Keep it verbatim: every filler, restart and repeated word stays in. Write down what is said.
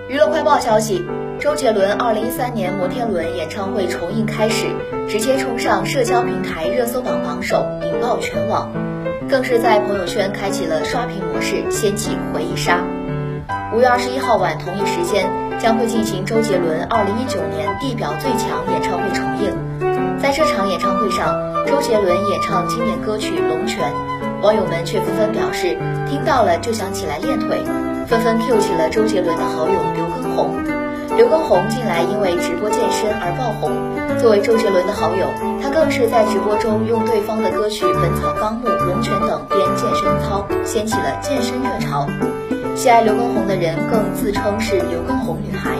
娱乐快报消息，周杰伦二零一三年摩天轮演唱会重映开始，直接冲上社交平台热搜榜榜首，引爆全网，更是在朋友圈开启了刷屏模式，掀起回忆杀。五月二十一号晚同一时间，将会进行周杰伦二零一九年地表最强演唱会重映。在这场演唱会上，周杰伦演唱经典歌曲《龙泉》，网友们却纷纷表示听到了就想起来练腿，纷纷 Q 起了周杰伦的好友刘畊宏。刘畊宏近来因为直播健身而爆红，作为周杰伦的好友，他更是在直播中用对方的歌曲《本草纲目》《龙泉》等编健身操，掀起了健身热潮。喜爱刘畊宏的人更自称是刘畊宏女孩。